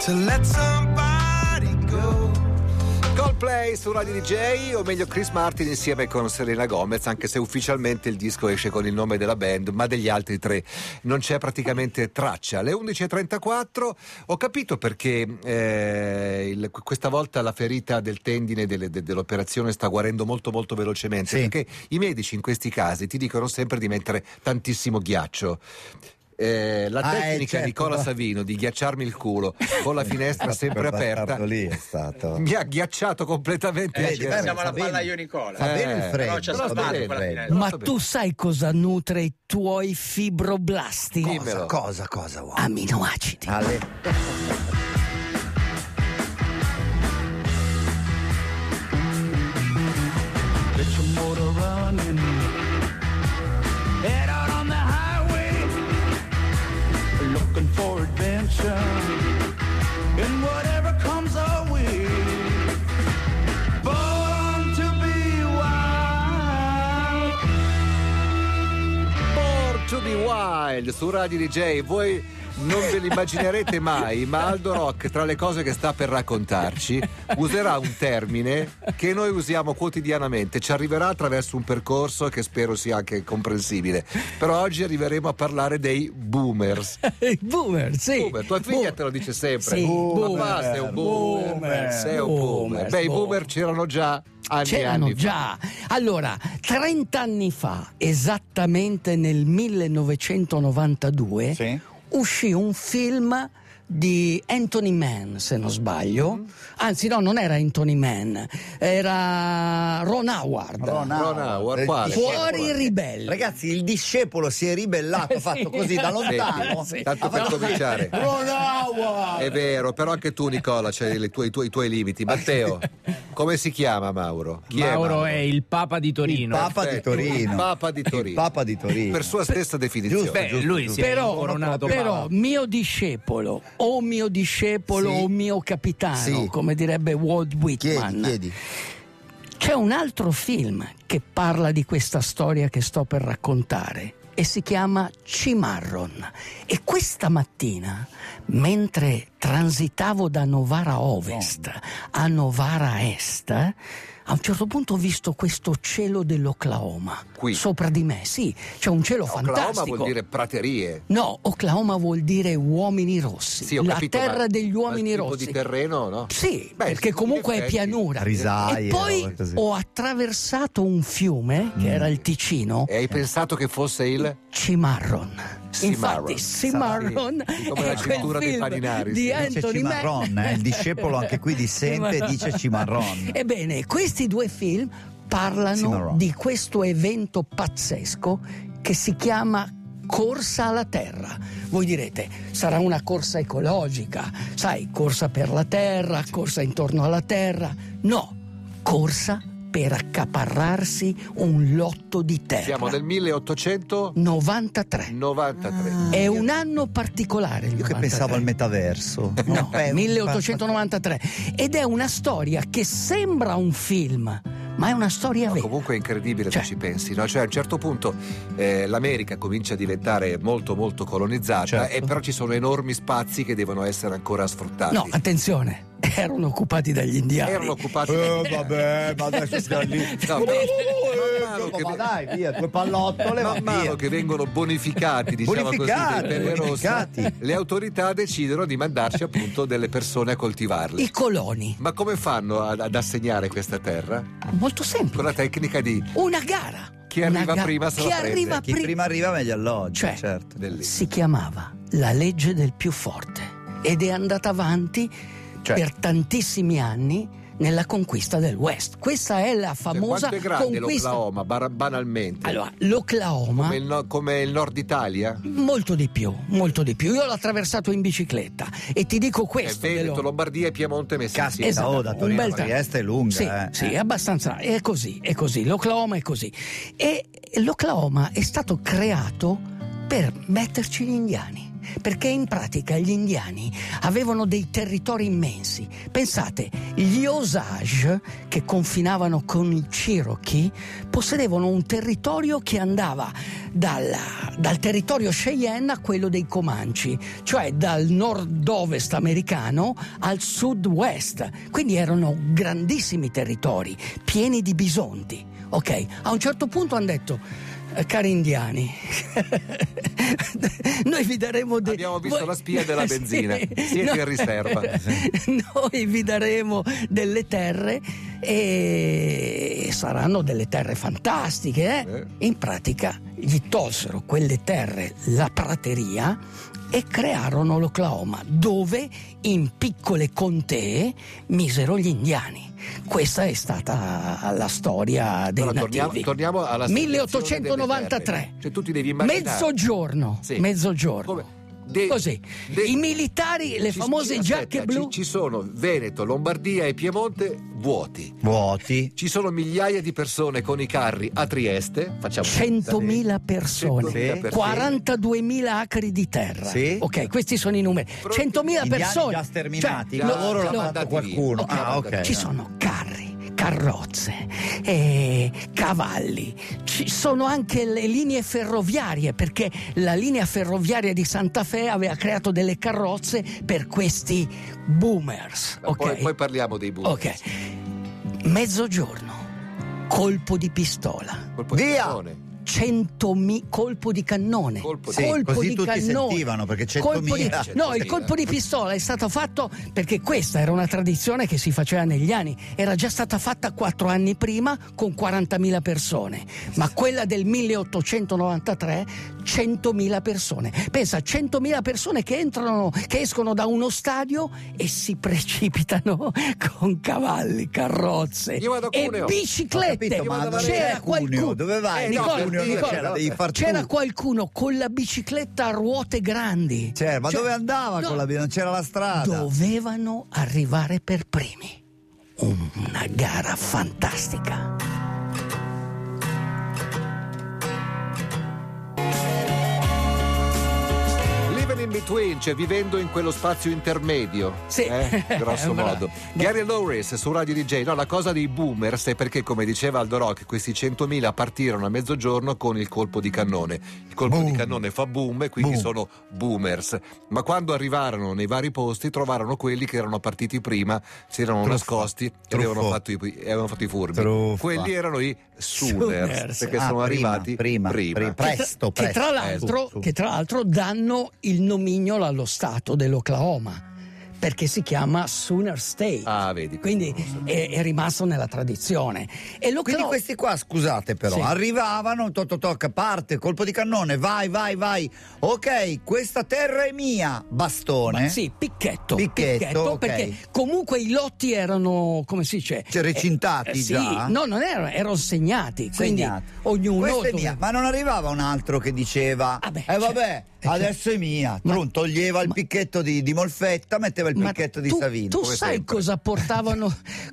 to let somebody go. Coldplay su Radio DJ, o meglio Chris Martin insieme con Selena Gomez, anche se ufficialmente il disco esce con il nome della band, ma degli altri tre non c'è praticamente traccia. Alle 11.34 ho capito perché questa volta la ferita del tendine dell'operazione sta guarendo molto molto velocemente, sì. Perché i medici in questi casi ti dicono sempre di mettere tantissimo ghiaccio. La tecnica certo. Nicola Savino di ghiacciarmi il culo con la finestra sempre aperta lì è stato. mi ha ghiacciato completamente. Siamo alla palla io Nicola. Fa bene il freddo. Però c'è spazio quella finestra. Ma tu sai cosa nutre i tuoi fibroblasti? Cosa uomo? Aminoacidi. Get your motor running. Head out on the highway, looking for adventure, and whatever comes our way. Born to be wild. Born to be Wild su Radio DJ. Voi non ve l'immaginerete mai, ma Aldo Rock, tra le cose che sta per raccontarci, userà un termine che noi usiamo quotidianamente. Ci arriverà attraverso un percorso che spero sia anche comprensibile. Però oggi arriveremo a parlare dei boomers. Boomer, sì. Boomer. Tua figlia te lo dice sempre. Sì, Papà, sei un boomer. Sei un boomer. Beh, i boomer c'erano già. C'erano già. Allora, 30 anni fa, esattamente nel 1992, Sì. uscì un film di Anthony Mann, se non sbaglio. Anzi, no, non era Anthony Mann, era Ron Howard. Ron Howard, quale? Fuori i ribelli. Ragazzi, il discepolo si è ribellato, ha fatto così da lontano. Sì, tanto per cominciare. Ron Howard! È vero, però anche tu Nicola c'hai i tuoi limiti. Matteo, come si chiama Mauro? Chi Mauro è il Papa di Torino. Il Papa di Torino. Il Papa di Torino. Il Papa di Torino. Per sua stessa definizione. Beh, lui si è incoronato Però Papa. mio discepolo o mio discepolo Sì. o mio capitano, Sì. come direbbe Walt Whitman. Chiedi. C'è un altro film che parla di questa storia che sto per raccontare e si chiama Cimarron. E questa mattina, mentre transitavo da Novara Ovest a Novara Est, a un certo punto ho visto questo cielo dell'Oklahoma Qui? sopra di me. Sì, c'è un cielo Oklahoma fantastico. vuol dire praterie. No, Oklahoma vuol dire uomini rossi, Sì, ho la capito, terra ma- degli ma uomini il tipo rossi. di terreno, no? Sì, Beh, perché sì, comunque in è effetti. pianura. Risaie, E poi così. ho attraversato un fiume, che era il Ticino, E hai pensato che fosse il Cimarron. Cimarron. Infatti Cimarron Sì, come la è cintura quel dei film paninari, di sì. Dice Anthony Mann. Cimarron, il discepolo anche qui dissente, dice Cimarron. Ebbene, questi due film parlano Cimarron. di questo evento pazzesco che si chiama Corsa alla Terra. Voi direte, sarà una corsa ecologica, sai, corsa per la Terra, corsa intorno alla Terra. No, corsa per accaparrarsi un lotto di terra. Siamo nel 1893. 93. È un anno particolare. Io che pensavo al metaverso. No, 1893. Ed è una storia che sembra un film, ma è una storia vera. Comunque è incredibile Cioè- se ci pensi, no? Cioè a un certo punto l'America comincia a diventare molto molto colonizzata, Certo. e però ci sono enormi spazi che devono essere ancora sfruttati. No, attenzione, erano occupati dagli indiani. Erano occupati Vabbè, ma adesso stiamo lì. No, Ma dai, via, due pallottole, va man mano via. che vengono bonificati, diciamo Bonificati, così, dai pelle rosse, bonificati. le autorità decidono di mandarci appunto delle persone a coltivarle. I coloni. Ma come fanno ad assegnare questa terra? Molto semplice. Con la tecnica di Una gara. chi Una arriva ga- prima se chi la prende. arriva Chi prima arriva meglio alloggia, Cioè, certo. Bellissimo. si chiamava la legge del più forte ed è andata avanti Cioè- per tantissimi anni nella conquista del West. Questa è la Cioè, famosa quanto è grande conquista. l'Oklahoma, banalmente? Allora, l'Oklahoma Come il nord Italia? molto di più, molto di più. Io l'ho attraversato in bicicletta e ti dico È questo. Veneto, Lombardia e Piemonte messi Caspita, insieme. oh, da Torino a Trieste è lunga. Sì, sì, è abbastanza. È così. L'Oklahoma è così. E l'Oklahoma è stato creato per metterci gli indiani. Perché in pratica gli indiani avevano dei territori immensi. Pensate, gli Osage, che confinavano con i Cherokee, possedevano un territorio che andava dal territorio Cheyenne a quello dei Comanche, cioè dal nord-ovest americano al sud-west. Quindi erano grandissimi territori, pieni di bisonti. Ok, a un certo punto hanno detto: cari indiani, noi vi daremo abbiamo visto la spia della benzina, siete in riserva. Noi vi daremo delle terre e saranno delle terre fantastiche. In pratica gli tolsero quelle terre, la prateria, e crearono l'Oklahoma, dove in piccole contee misero gli indiani. Questa è stata la storia dei nativi. Torniamo alla 1893. Cioè tu ti devi immaginare mezzogiorno. Come? Così. I militari, le famose giacche blu. Ci sono Veneto, Lombardia e Piemonte vuoti. Ci sono migliaia di persone con i carri a Trieste. 100.000 persone, 100.000 42.000 acri di terra. Sì. Ok, questi sono i numeri. 100.000 persone già sterminati. Cioè, Il lavoro l'ha fatto qualcuno. Ok. Ci sono carri, carrozze, cavalli, ci sono anche le linee ferroviarie, perché la linea ferroviaria di Santa Fe aveva creato delle carrozze per questi boomers. Okay? Poi parliamo dei boomers. Ok, mezzogiorno, colpo di pistola, Via! 100.000 colpo di cannone. Sì, così tutti sentivano, perché 100.000. No, il colpo di pistola è stato fatto perché questa era una tradizione che si faceva negli anni. Era già stata fatta 4 anni prima con 40.000 persone, ma quella del 1893 100.000 persone. Pensa, 100.000 persone che escono da uno stadio e si precipitano con cavalli, carrozze e biciclette. Capito, ma c'era qualcuno. Dove vai? Nicola, c'era qualcuno con la bicicletta a ruote grandi. Ma dove andava con la bicicletta? Non c'era la strada. Dovevano arrivare per primi. Una gara fantastica. In between, cioè vivendo in quello spazio intermedio, sì. Grosso modo. Gary Lawrence su Radio DJ. No, la cosa dei boomers è perché, come diceva Aldo Rock, questi 100.000 partirono a mezzogiorno con il colpo di cannone. Il colpo di cannone fa boom e quindi sono boomers. Ma quando arrivarono nei vari posti trovarono quelli che erano partiti prima, si erano nascosti e avevano fatto i furbi. Truffa. Quelli erano i Sooners, perché sono arrivati prima. Presto. Che tra l'altro danno il nomignolo allo stato dell'Oklahoma, perché si chiama Sooner State. Vedi. Quindi è rimasto nella tradizione. E quindi questi qua, scusate però, sì, arrivavano, tocca, parte, colpo di cannone, vai. Ok, questa terra è mia, bastone. Ma sì, picchetto, okay. Perché comunque i lotti erano, come si dice? Recintati sì, già? No, non erano segnati. Quindi ognuno... Questa è mia, ma non arrivava un altro che diceva vabbè, adesso è mia. Toglieva il picchetto di Molfetta, metteva il picchetto di Savino. Tu sai cosa portavano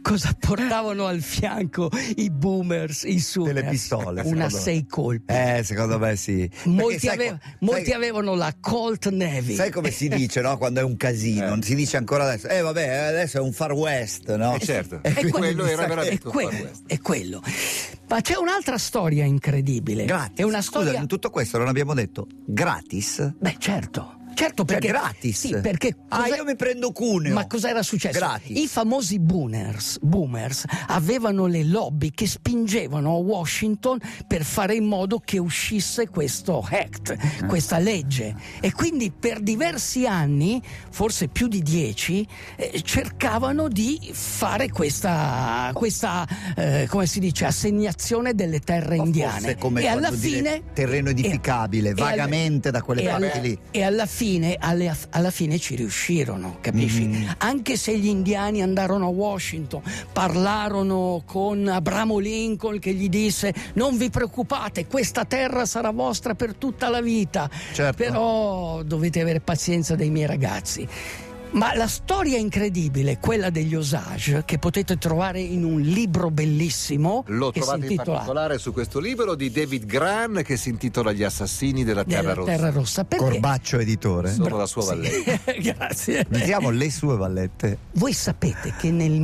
al fianco i boomers, i Sooners? Delle pistole. Una 6 colpi. Secondo me sì. Molti avevano la Colt Navy. Sai come si dice, no? Quando è un casino, non si dice ancora adesso. Adesso è un Far West, no? Certo. Quello era veramente un Far West. È quello. Ma c'è un'altra storia incredibile. Gratis. È una storia... Scusa, in tutto questo non abbiamo detto gratis? Beh, certo, perché gratis. Sì, perché io mi prendo cuneo. Ma cos'era successo? Gratis. I famosi boomers avevano le lobby che spingevano a Washington per fare in modo che uscisse questo act, questa legge, e quindi per diversi anni, forse più di 10, cercavano di fare questa come si dice, assegnazione delle terre indiane. Come e alla fine terreno edificabile, vagamente da quelle parti lì. E alla fine ci riuscirono, capisci? Anche se gli indiani andarono a Washington, parlarono con Abramo Lincoln che gli disse: non vi preoccupate, questa terra sarà vostra per tutta la vita. Certo. Però dovete avere pazienza dei miei ragazzi. Ma la storia incredibile, quella degli Osage, che potete trovare in un libro bellissimo. Lo che trovate si in intitola particolare su questo libro di David Gran, che si intitola Gli assassini della Terra Rossa. Perché? Corbaccio editore. Sono la sua valletta. Grazie. Diciamo le sue vallette. Voi sapete che nel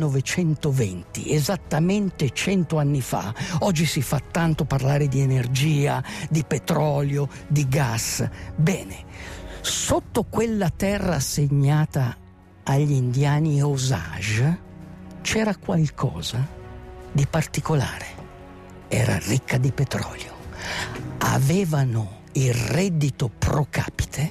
1920, esattamente 100 anni fa, oggi si fa tanto parlare di energia, di petrolio, di gas. Bene, sotto quella terra assegnata agli indiani Osage c'era qualcosa di particolare. Era ricca di petrolio. Avevano il reddito pro capite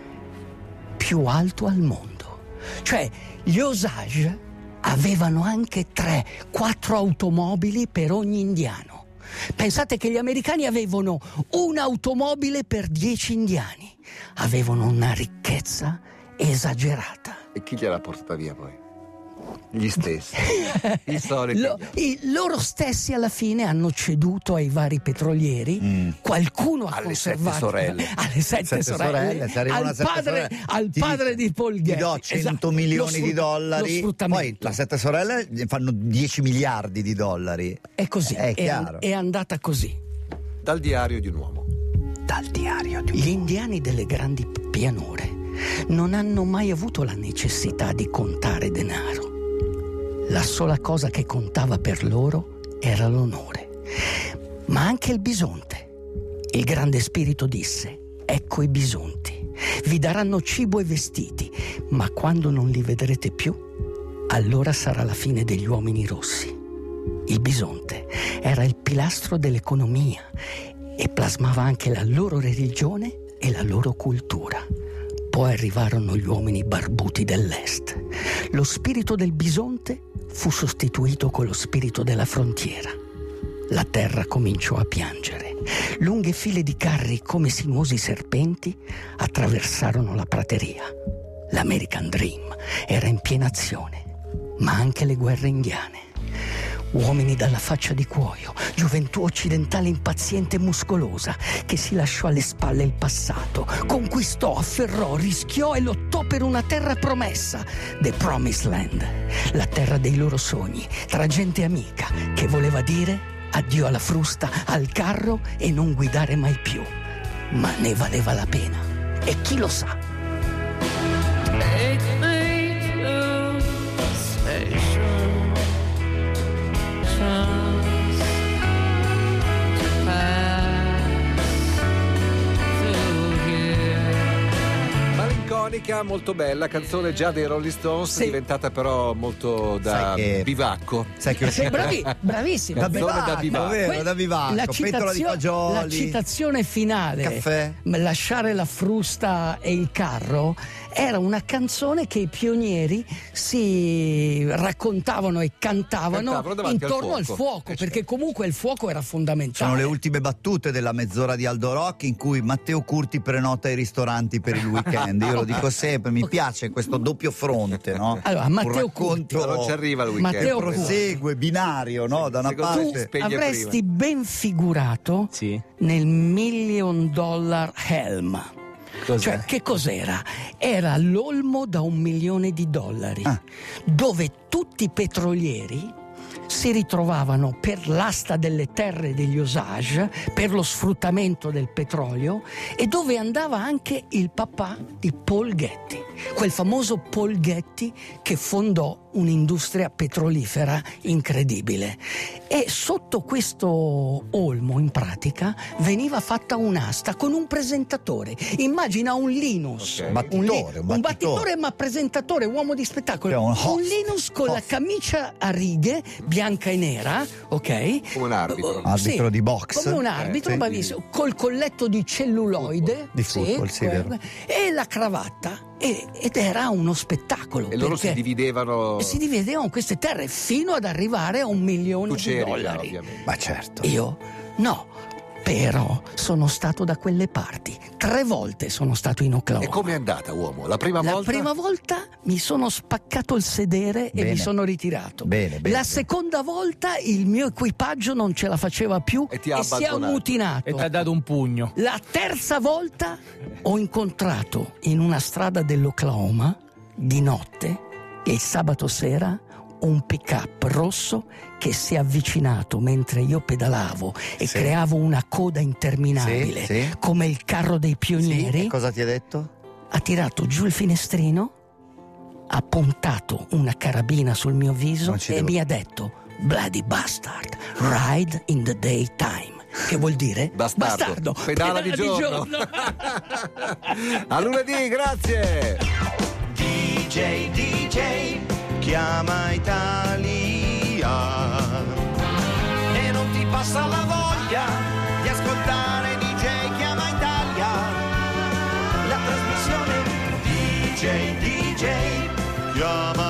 più alto al mondo. Cioè, gli Osage avevano anche 3-4 automobili per ogni indiano. Pensate che gli americani avevano un'automobile per 10 indiani. Avevano una ricchezza esagerata. E chi gliel'ha portata via poi? Gli stessi. I soliti. Loro stessi alla fine hanno ceduto ai vari petrolieri. Qualcuno ha alle conservato 7 sorelle. alle sette sorelle, al padre di Paul Getty. Ti do 100 milioni di dollari, poi le 7 sorelle fanno 10 miliardi di dollari. È così, è andata così. Dal diario di un uomo. Gli indiani delle grandi pianure non hanno mai avuto la necessità di contare denaro. La sola cosa che contava per loro era l'onore. Ma anche il bisonte. Il grande spirito disse: ecco i bisonti, vi daranno cibo e vestiti, ma quando non li vedrete più, allora sarà la fine degli uomini rossi. Il bisonte era il pilastro dell'economia e plasmava anche la loro religione e la loro cultura. Poi arrivarono gli uomini barbuti dell'est. Lo spirito del bisonte fu sostituito con lo spirito della frontiera. La terra cominciò a piangere. Lunghe file di carri come sinuosi serpenti attraversarono la prateria. L'American Dream era in piena azione, ma anche le guerre indiane. Uomini dalla faccia di cuoio, gioventù occidentale impaziente e muscolosa, che si lasciò alle spalle il passato, conquistò, afferrò, rischiò e lottò per una terra promessa, The Promised Land, la terra dei loro sogni, tra gente amica, che voleva dire addio alla frusta, al carro e non guidare mai più. Ma ne valeva la pena. E chi lo sa? Malinconica, molto bella, canzone già dei Rolling Stones, diventata però molto da bivacco. Sai che bravissimo. Da bivacco, da bivacco. Pentola di fagioli. La citazione finale, caffè, lasciare la frusta e il carro, era una canzone che i pionieri si raccontavano e cantavano intorno al fuoco, perché comunque il fuoco era fondamentale. Sono le ultime battute della mezz'ora di Aldo Rock in cui Matteo Curti prenota i ristoranti per il weekend. Io lo dico sempre, mi piace questo doppio fronte, no? Allora, Matteo Curti non ci arriva il weekend. Prosegue binario, no? Da una parte tu avresti ben figurato nel $1 Million Helm. Cioè, che cos'era? Era l'olmo da $1 milione, dove tutti i petrolieri si ritrovavano per l'asta delle terre degli Osage, per lo sfruttamento del petrolio, e dove andava anche il papà di Paul Getty, quel famoso Paul Getty che fondò un'industria petrolifera incredibile. E sotto questo olmo, in pratica, veniva fatta un'asta con un presentatore. Immagina un Linus, un battitore ma presentatore, uomo di spettacolo, un Linus con la camicia a righe bianca e nera, ok? Come un arbitro. Arbitro di box. Come un arbitro, bravissimo, col colletto di celluloide di football, e la cravatta. Ed era uno spettacolo. E loro si dividevano queste terre fino ad arrivare a $1 milione. Ovviamente. Ma certo. Io no. Però sono stato da quelle parti. 3 volte sono stato in Oklahoma. E com'è andata, uomo? La prima volta mi sono spaccato il sedere e mi sono ritirato. La seconda volta il mio equipaggio non ce la faceva più e si è ammutinato. E ti ha dato un pugno. La terza volta ho incontrato in una strada dell'Oklahoma di notte, il sabato sera, un pick-up rosso che si è avvicinato mentre io pedalavo e creavo una coda interminabile, come il carro dei pionieri. E cosa ti ha detto? Ha tirato giù il finestrino, ha puntato una carabina sul mio viso e mi ha detto: "Bloody bastard, ride in the daytime", che vuol dire bastardo, pedala di giorno. A lunedì, grazie. DJ, chiama Italia e non ti passa la voglia di ascoltare DJ Chiama Italia, la trasmissione DJ Chiama